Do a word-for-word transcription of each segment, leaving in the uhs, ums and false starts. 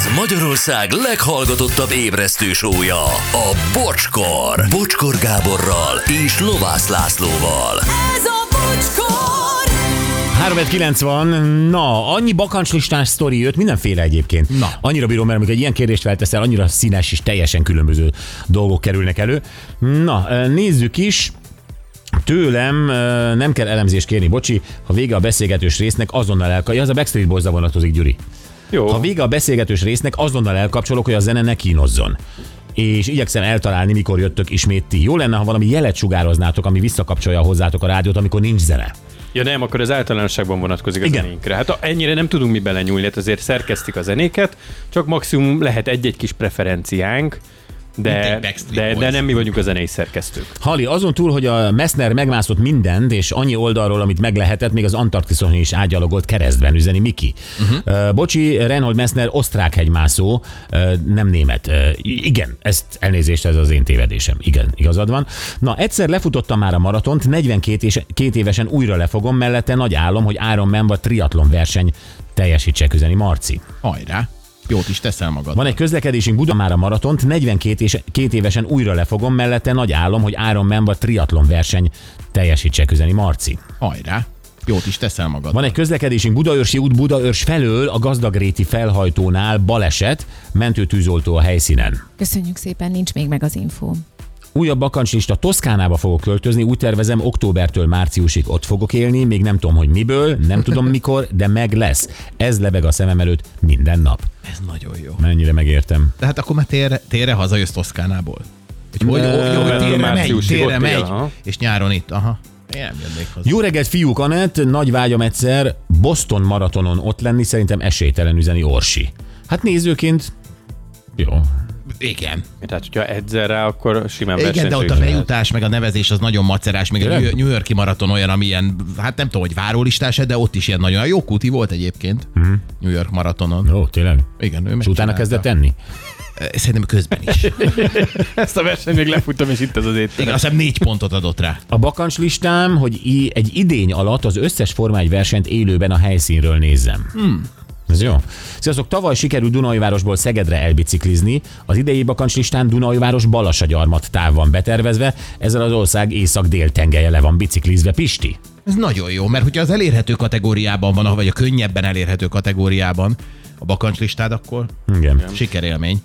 Ez Magyarország leghallgatottabb ébresztő show-ja, a Bocskor. Bocskor Gáborral és Lovász Lászlóval. Ez a Bocskor! három kilenc van, na, annyi bakancslistás sztori jött, mindenféle egyébként. Na. Annyira bírom, mert amikor egy ilyen kérdést felteszel, annyira színes és teljesen különböző dolgok kerülnek elő. Na, nézzük is. Tőlem nem kell elemzést kérni, bocsi, ha vége a beszélgetős résznek, azonnal elkapcsolok. Az a Backstreet Boys-ra vonatkozik, Gyuri. Jó. Ha vége a beszélgetős résznek, azonnal elkapcsolok, hogy a zene ne kínozzon. És igyekszem eltalálni, mikor jöttök ismét ti. Jó lenne, ha valami jelet sugároznátok, ami visszakapcsolja hozzátok a rádiót, amikor nincs zene. Ja nem, akkor az általánosságban vonatkozik a Igen. zenénkre. Hát ennyire nem tudunk mi belenyúlni, hát azért szerkesztik a zenéket, csak maximum lehet egy-egy kis preferenciánk, de, de, de nem mi vagyunk a zenei szerkesztők. Hali, azon túl, hogy a Messner megmászott mindent, és annyi oldalról, amit meg lehetett, még az Antarktiszon is ágyalogolt keresztben, üzeni Miki. Uh-huh. Uh, bocsi, Reinhold Messner osztrák hegymászó, uh, nem német. Uh, igen, ezt elnézést, ez az én tévedésem. Igen, igazad van. Na, egyszer lefutottam már a maratont, negyvenkét évesen újra lefogom, mellette nagy álom, hogy Ironman vagy triatlon verseny teljesítsek, üzeni Marci. Hajrá! Jót is teszel magad. Van egy közlekedésünk Buda már a maratont, negyvenkét évesen újra lefogom, mellette nagy álom, hogy Ironman vagy triatlon verseny teljesítsek, üzeni Marci. Hajrá! Jót is teszel magad. Van egy közlekedésünk Budaörsi út Budaörs felől, a Gazdagréti felhajtónál baleset, mentőtűzoltó a helyszínen. Köszönjük szépen, nincs még meg az infó. Újabb bakancslista, Toszkánába fogok költözni, úgy tervezem, októbertől márciusig ott fogok élni, még nem tudom, hogy miből, nem tudom mikor, de meg lesz. Ez lebeg a szemem előtt minden nap. Ez nagyon jó. Mennyire megértem. Tehát akkor már térre, térre hazajössz Toszkánából? Hogy, hogy, Ne, jó, hogy térre megy, márciusig térre ott megy, él, aha. és nyáron itt, aha. Én nem jönnék hozzá. Jó reggelt, fiúk, Anett, nagy vágyam egyszer Boston maratonon ott lenni, szerintem esélytelen, üzeni Orsi. Hát nézőként jó. Igen. Tehát, hogyha edzel rá, akkor simán Igen, de ott a versenyző is lehet. bejutás, meg a nevezés az nagyon macerás, még a Tényleg? New York-i maraton olyan, ami ilyen, hát nem tudom, hogy várólistás, de ott is ilyen nagyon jó kúti volt egyébként. Mhm. New York maratonon. Ó, tényleg? Igen, ő És utána megcsinálta. kezdett enni? Szerintem közben is. Ezt a versenyt még lefuttam, és itt ez az Igen, étterem. azt hiszem négy pontot adott rá. A bakancslistám, hogy i- egy idény alatt az összes Forma egy versenyt élőben a helyszínről nézzem. Hmm. Ez jó. Sziasztok, tavaly sikerült Dunaújvárosból Szegedre elbiciklizni, az idei bakancslistán Dunaújváros Balassagyarmat táv van betervezve, ezzel az ország észak-dél tengelye le van biciklizve. Pisti? Ez nagyon jó, mert hogyha az elérhető kategóriában van, vagy a könnyebben elérhető kategóriában a bakancslistád, akkor Igen. sikerélmény.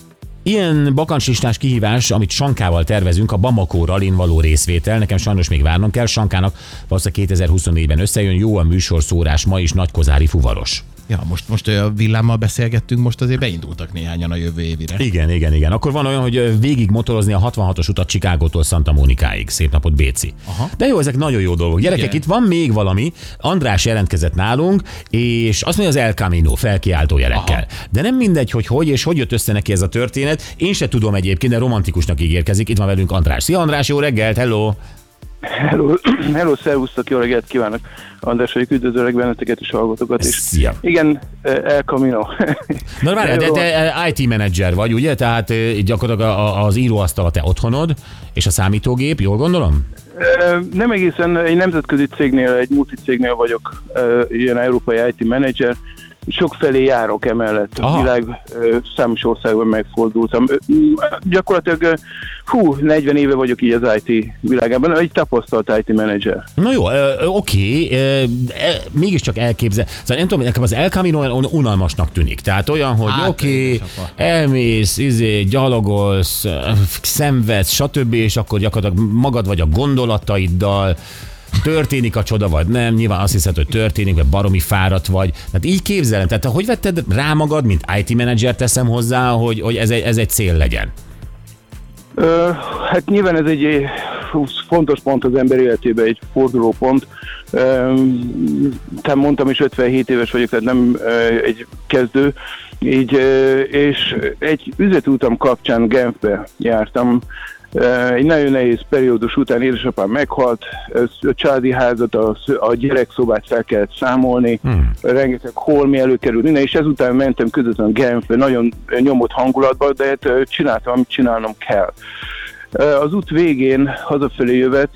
Ilyen bakancslistás kihívás, amit Sankával tervezünk, a Bamako rallin való részvétel. Nekem sajnos még várnom kell. Sankának valószínűleg kétezer-huszonnégyben összejön, jó a műsorszórás, ma is nagykozári fuvaros. Ja, most, most a villámmal beszélgettünk, most azért beindultak néhányan a jövő évire. Igen, igen, igen. Akkor van olyan, hogy végig motorozni a hatvanhatos utat Chicagótól Santa Monikáig. Szép napot, Béci. Aha. De jó, ezek nagyon jó dolgok. Gyerekek, Igen. itt van még valami. András jelentkezett nálunk, és azt mondja, az El Camino felkiáltó jelekkel. Aha. De nem mindegy, hogy hogy és hogy jött össze neki ez a történet. Én se tudom egyébként, de romantikusnak ígérkezik. Itt van velünk András. Szia András, jó reggelt, hello! Hello, hello, szervusztok, jó reggelt kívánok! András vagyok, üdvözöllek benneteket és hallgatókat is. Szia! Igen, El Camino. Na várjál, te, te i té menedzser vagy, ugye? Tehát eh, gyakorlatilag a- az íróasztal a te otthonod, és a számítógép, jól gondolom? Nem egészen, egy nemzetközi cégnél, egy multicégnél vagyok, ilyen európai i té menedzser. Sokfelé járok emellett. Aha. A világ ö, számos országban megfordultam. Ö, Gyakorlatilag ö, hú, negyven éve vagyok így az i té világában, egy tapasztalt i té menedzser. Na jó, ö, ö, oké, ö, e, mégiscsak elképzel. Szóval nem tudom, nekem az El Camino olyan unalmasnak tűnik. Tehát olyan, hogy Hát, oké, édesapa. elmész, izé, gyalogolsz, ö, szenvedsz, stb., és akkor gyakorlatilag magad vagy a gondolataiddal, történik a csoda, vagy nem, nyilván azt hiszed, hogy történik, vagy baromi fáradt vagy. Tehát így képzelem. Tehát hogy vetted rá magad, mint i té menedzser teszem hozzá, hogy, hogy ez, egy, ez egy cél legyen? Ö, hát nyilván ez egy eh, fontos pont az ember életében, egy fordulópont. Ö, tehát mondtam is, ötvenhét éves vagyok, tehát nem ö, egy kezdő. Így, ö, és egy üzletútam kapcsán Genfbe jártam. Ö, egy nagyon nehéz periódus után édesapám meghalt, a családi házat, a, a gyerekszobát fel kellett számolni, hmm. rengeteg holmi előkerült minden, és ezután mentem közvetlenül Genfbe, nagyon nyomott hangulatban, de hát ö, csináltam, amit csinálnom kell. Ö, az út végén, hazafelé jövet,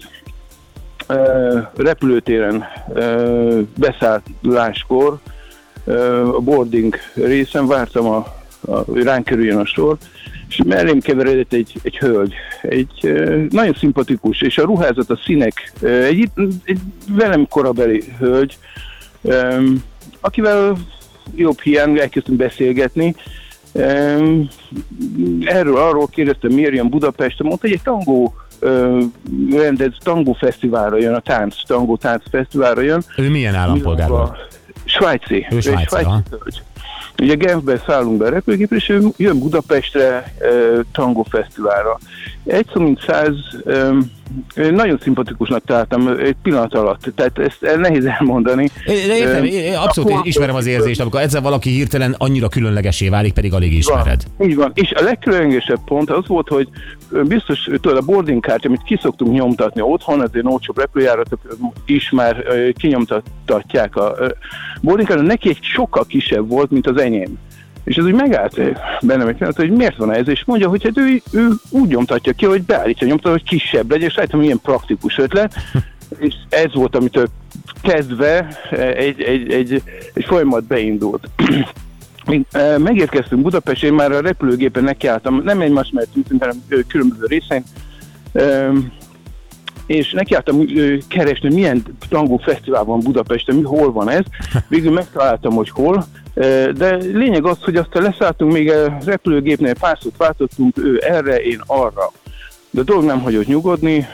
ö, repülőtéren ö, beszálláskor, ö, a boarding részen vártam a a, hogy ránk kerüljön a sor, és mellém keveredett egy, egy hölgy, egy uh, nagyon szimpatikus, és a ruházat, a színek, uh, egy, egy velem korabeli hölgy, um, akivel jobb hiány elkezdtünk beszélgetni. Um, erről arról kérdeztem, miért jön Budapesten, mondta, hogy egy tangó uh, rendez, tangó fesztiválra jön, a tánc, tangó tánc fesztiválra jön. Ő milyen állampolgár volt? Svájci. Ő svájci, svájci hölgy. Ugye Genfben szállunk be a repülőgépre, és ő jön Budapestre uh, tangó fesztiválra. Egy szó mint száz, um, nagyon szimpatikusnak találtam egy pillanat alatt, tehát ezt nehéz elmondani. De értem, én abszolút akkor ismerem az érzést, amikor egyszer valaki hirtelen annyira különlegesé válik, pedig alig ismered. Van, így van, és a legkülönlegesebb pont az volt, hogy biztos, tudod, a boarding kártya, amit ki szoktunk nyomtatni otthon, azért olcsóbb repülőjáratok is már kinyomtatják a boarding kártya, neki egy sokkal kisebb volt, mint az enyém. És ez úgy megállt bennem egy pillanat, hogy miért van ez, és mondja, hogy hát ő, ő úgy nyomtatja ki, hogy beállítja nyomtatja, hogy kisebb legyen, és rájöttem, milyen praktikus ötlet, és ez volt, amitől kezdve egy, egy, egy, egy folyamat beindult. Megérkeztünk Budapestre, én már a repülőgépen nekiálltam, nem egymást mertünk, hanem különböző részein, és nekiálltam keresni, milyen tangó fesztivál van Budapesten, hol van ez. Végül megtaláltam, hogy hol, de lényeg az, hogy aztán leszálltunk, még a repülőgépnél pár szót váltottunk, ő erre, én arra. De a dolog nem hagyott nyugodni,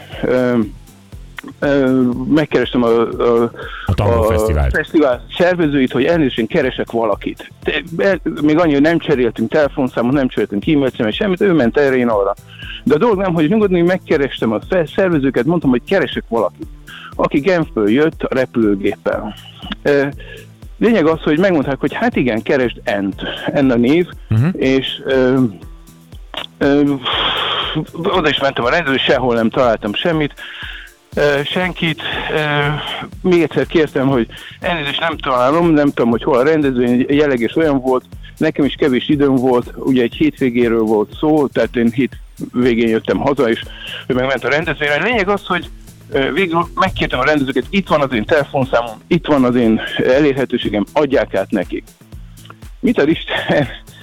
megkerestem a, a, a, a fesztivál. fesztivál szervezőit, hogy elnézést, én keresek valakit. De, még annyi, hogy nem cseréltünk telefonszámot, nem cseréltünk e-mail címet, semmit, ő ment erre, én arra. De a dolog nem hagyott nyugodni, megkerestem a szervezőket, mondtam, hogy keresek valakit, aki Genfből jött a repülőgéppel. Lényeg az, hogy megmondták, hogy hát igen, keresd N-t, N a név, uh-huh. és ö, ö, oda is mentem a rendező, sehol nem találtam semmit, ö, senkit. Ö, még egyszer kértem, hogy elnézést nem találom, nem tudom, hogy hol a rendező, jelleges olyan volt, nekem is kevés időm volt, ugye egy hétvégéről volt szó, tehát én hétvégén jöttem haza, és ő megment a rendezőre. Lényeg az, hogy végül megkértem a rendezőket, itt van az én telefonszámom, itt van az én elérhetőségem, adják át nekik. Mit ad Isten?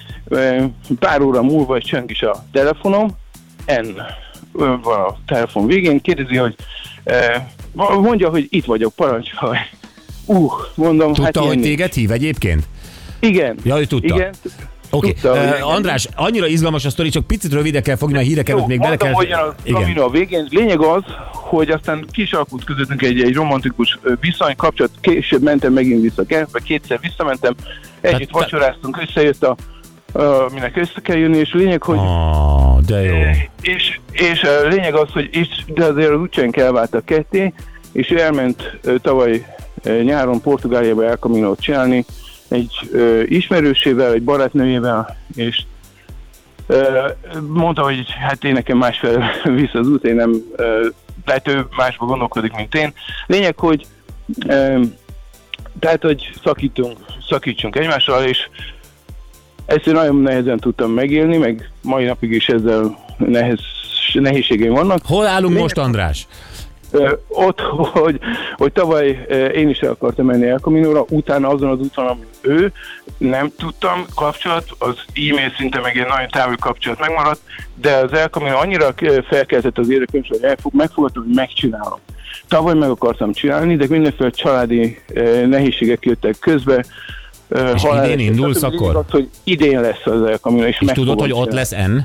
Pár óra múlva csöng is a telefonom, N van a telefon végén, kérdezi, hogy mondja, hogy itt vagyok, parancsolj. Uh, mondom, tudta, hát hogy nincs. Téged hív egyébként? Igen. Ja, ő tudta. Igen. Oké, okay. uh, András, annyira izgalmas a sztori, csak picit rövide kell fogni, mert hírek előtt még bele kell... Hogy a kamino a végén. Lényeg az, hogy aztán kis alakult közöttünk egy, egy romantikus viszony, kapcsolat, később mentem megint vissza Genfbe, kétszer visszamentem, együtt te, vacsoráztunk, összejött a, a minek össze kell jönni, és lényeg, hogy... Oh, de jó. És, és a lényeg az, hogy is, de azért az útjaink elváltak ketté, és ő elment tavaly nyáron Portugáliába El Caminót csinálni, egy ö, ismerősével, egy barátnőjével, és ö, mondta, hogy hát én nekem másfél vissza az út, én nem, ö, tehát ő másba gondolkodik, mint én. Lényeg, hogy ö, tehát, hogy szakítunk, szakítsunk egymással, és ezt én nagyon nehezen tudtam megélni, meg mai napig is ezzel nehez, nehézségeim vannak. Hol állunk Lényeg, most, András? Ö, ott, hogy, hogy tavaly ö, én is el akartam menni El Caminóra, utána azon az úton, amin ő, nem tudtam, kapcsolat, az e-mail szinte meg egy nagyon távoli kapcsolat megmaradt, de az El Camino annyira felkeltett az érdeklődés, hogy elfog, megfogadtam, hogy megcsinálom. Tavaly meg akartam csinálni, de mindenféle családi ö, nehézségek jöttek közbe. Ö, és idén indulsz akkor? Az, hogy idén lesz az El Camino, és, és tudod, hogy ott lesz N?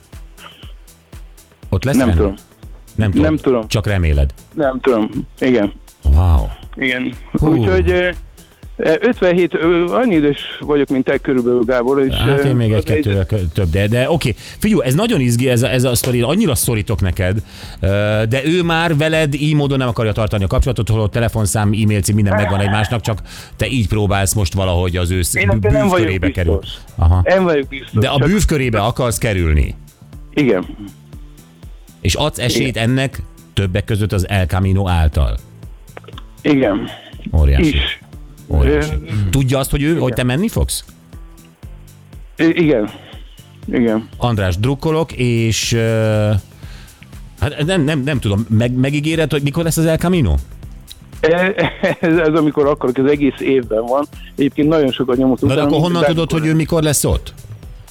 Ott lesz Nem N? tudom. Nem tudom. Nem tudom. Csak reméled. Nem tudom. Igen. Wow. Igen. Úgyhogy ötvenhét, annyi idős vagyok, mint te körülbelül, Gábor. És hát én még egy-kettővel több, de, de oké. Okay. Figyelj, ez nagyon izgi, ez a, ez a sztori, annyira szorítok neked, de ő már veled így módon nem akarja tartani a kapcsolatot, holott telefonszám, e-mail cím, minden megvan egymásnak, csak te így próbálsz most valahogy az ő bűvkörébe kerülni. Aha. Nem vagyok biztos. De a bűvkörébe akarsz kerülni. Igen. És adsz esélyt Igen. ennek többek között az El Camino által. Igen. Óriási. Is. Óriási. Tudja azt, hogy ő, Igen. hogy te menni fogsz? Igen. Igen. András, drukkolok, és uh, hát nem, nem, nem tudom, meg, megígéred, hogy mikor lesz az El Camino? Ez, ez amikor akarok, az egész évben van. Egyébként nagyon sokat nyomott. Na, akkor honnan tudod, hogy ő mikor lesz ott?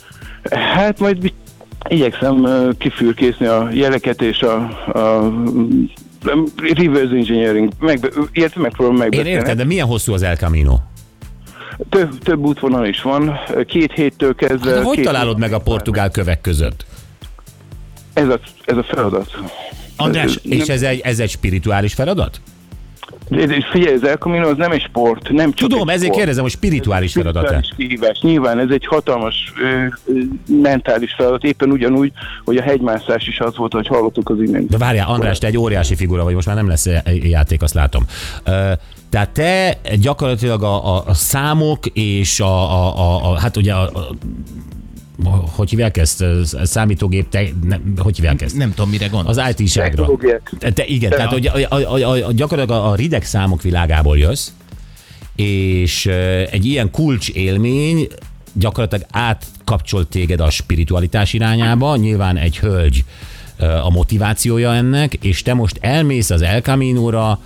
Hát majd igyekszem ö, kifürkészni a jeleket és a, a reverse engineering, meg, ilyet megpróbálom Én megbeszélni. érted, de milyen hosszú az El Camino? Több, több útvonal is van, két héttől kezdve... De hogy két találod hónapig meg a portugál kövek között? Ez a, ez a feladat. András, És ez egy, ez egy spirituális feladat? Ez, ez, figyelj, az El Camino az nem egy sport, nem csak Tudom, egy ezért sport. kérdezem, hogy spirituális feladat-e? Spirituális kihívás. Nyilván ez egy hatalmas ö, ö, mentális feladat, éppen ugyanúgy, hogy a hegymászás is az volt, hogy hallottuk az imént. De várjál, András, te egy óriási figura vagy, most már nem lesz játék, azt látom. Ö, Tehát te gyakorlatilag a, a, a számok és a, a, a, a hát ugye a, a hogy hívják ezt? Számítógép, te, nem, hogy hívják ezt? nem tudom, mire gondolsz. Az í té-ságra. Technológiák. Te, igen, De tehát a- hogy a, a, a, a, gyakorlatilag a rideg számok világából jössz, és ö, egy ilyen kulcs élmény gyakorlatilag átkapcsolt téged a spiritualitás irányába, nyilván egy hölgy ö, a motivációja ennek, és te most elmész az El Caminóra,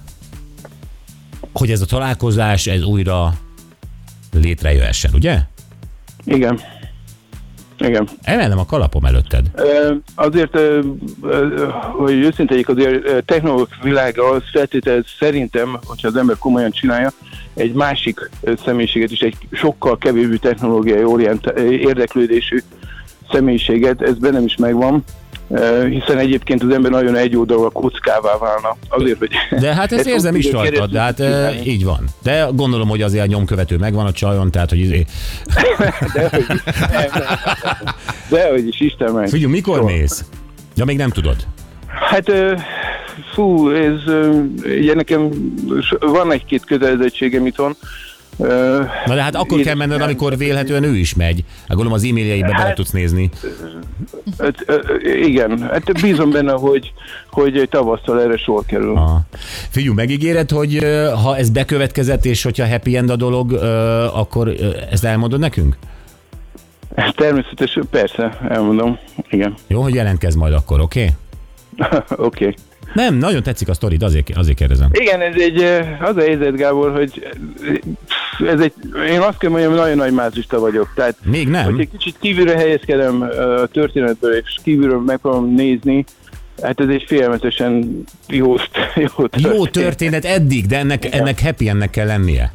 hogy ez a találkozás, ez újra létrejöhessen, ugye? Igen. Igen. Emelem a kalapom előtted. Ö, Azért, ö, ö, hogy őszinte legyek, azért ö, technológiai világa az feltételez szerintem, hogyha az ember komolyan csinálja, egy másik ö, személyiséget is, egy sokkal kevésbé technológiai orient, érdeklődésű személyiséget, ez bennem is megvan, ö, hiszen egyébként az ember nagyon egyoldalú a kockává válna. Azért, hogy De hát ezt ezt érzem úgy is tudja rajtad, de hát keresztül e, csinálni. így van. De gondolom, hogy azért a nyomkövető megvan a csajon, tehát hogy izé... Dehogy is. Dehogy is, Isten meg. Figyelj, mikor Soha. mész? Ja, még nem tudod. Hát, ö, fú, ez, ö, ugye nekem so- van egy-két kötelezettségem itthon. Ö, Na de hát akkor kell menned, édesanyám- amikor vélhetően ő is megy. Hát gondolom az e-mailjeibe bele Hát- tudsz nézni. Hát, ö, igen, hát bízom benne, hogy, hogy tavasszal erre sor kerül. Aha. Figyelj, megígéred, hogy ö, ha ez bekövetkezett, és hogyha happy end a dolog, ö, akkor ö, ezt elmondod nekünk? Természetesen, persze, elmondom. Igen. Jó, hogy jelentkezz majd akkor, oké? Okay? Oké. Okay. Nem, nagyon tetszik a sztorid, azért, azért kérdezem. Igen, ez egy, ö, az a helyzet, Gábor, hogy ez egy, én azt kell mondjam, nagyon nagy mázista vagyok. Tehát, Még hogy nem? egy kicsit kívülre helyezkedem ö, a történetből, és kívülről megpróbálom nézni, hát ez egy félelmetesen jó, jó történet. Jó történet eddig, de ennek, ennek happy endnek kell lennie.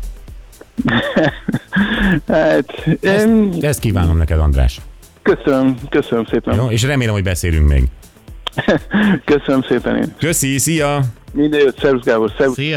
Hát, Ezt, em, ezt kívánom neked, András. köszönöm, köszönöm szépen. Jó? És remélem, hogy beszélünk még. Köszönöm szépen én. Köszi, szia! Minden jót, szervusz Gábor, szervusz. Szia.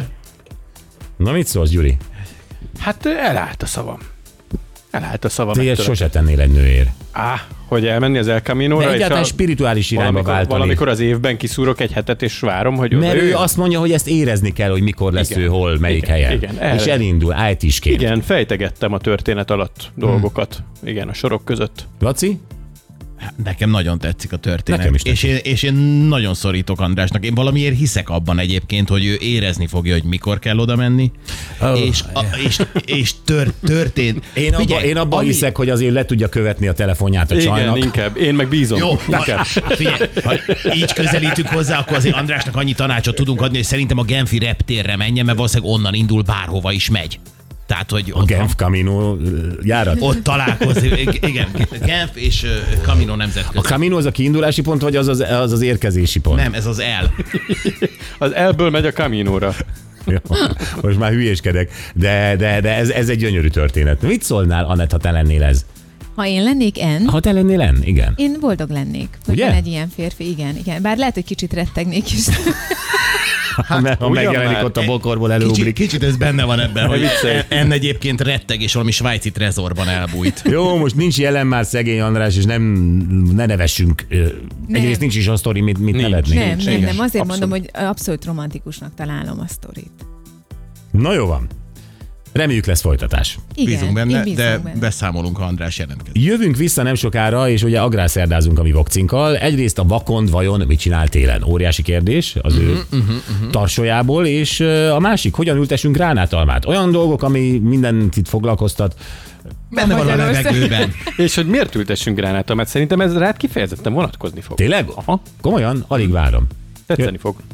Na mit szólsz, Gyuri? Hát ö, elállt a szavam. Elállt a szavam. Te ettől. sose tennél egy nőért. Á, hogy elmenni az El Caminóra, De és egyáltalán a, spirituális irányba valamikor, váltani. valamikor az évben kiszúrok egy hetet, és várom, hogy Mert ő odajöjjön. azt mondja, hogy ezt érezni kell, hogy mikor lesz Igen. ő hol, melyik Igen, helyen. igen, És erre. elindul, í té-sként. Igen, fejtegettem a történet alatt dolgokat. Igen, a sorok között. Laci? Nekem nagyon tetszik a történet. Nekem is és, én, és én nagyon szorítok Andrásnak. Én valamiért hiszek abban egyébként, hogy ő érezni fogja, hogy mikor kell oda menni. Oh. És, a, és, és tör, történt. Én, abba, Figyelj, én abban ami- hiszek, hogy azért le tudja követni a telefonját a Igen, csajnak. inkább. Én meg bízom. Jó, Inkább. ha, figyelj, ha így közelítünk hozzá, akkor azért Andrásnak annyi tanácsot tudunk adni, hogy szerintem a Genfi reptérre menjen, mert valószínűleg onnan indul, bárhova is megy. Tehát, hogy A ott, Genf Camino járat. ott találkozik. Igen, Genf és ö, Camino A nemzetközi. Camino az a kiindulási pont, vagy az az, az, az érkezési pont? Nem, ez az L. Az elből megy a Caminóra. Jó, most már hülyéskedek, de, de, de ez, ez egy gyönyörű történet. Mit szólnál, Anett, ha te lennél ez? Ha én lennék en, Ha te lennél en, igen. én boldog lennék. Hogy Ugye? van egy ilyen férfi, igen, igen. Bár lehet, hogy kicsit rettegnék is. Ha, me- ha ugyan megjelenik már. ott a bokorból Kicsit, előugrik. kicsit ez benne van ebben, hogy viccelj. en egyébként retteg, és valami svájci trezorban elbújt. Jó, most nincs jelen már szegény András, és nem ne nevessünk. Ö, Nem. Egyrészt nincs is a sztori, mit, mit Nincs. nevetni. nem, nem, igen. nem. Azért Abszolút. mondom, hogy abszolút romantikusnak találom a sztorit. Na jó van. Reméljük lesz folytatás. Igen, Bízunk én benne, bízom de benne. beszámolunk, ha András jelentkezik. Jövünk vissza nem sokára, és ugye agrárszerdázunk a mi vokcinkkal. Egyrészt a vakond vajon mit csinál télen? Óriási kérdés az ő uh-huh, uh-huh. tarsolyából, és ö, a másik, hogyan ültessünk gránátalmát? Olyan dolgok, ami mindent itt foglalkoztat. Benne van a Magyarország. levegőben. És hogy miért ültessünk gránátalmát? Szerintem ez rád kifejezetten vonatkozni fog. Tényleg? Aha, Komolyan? Alig várom. tetszeni fog.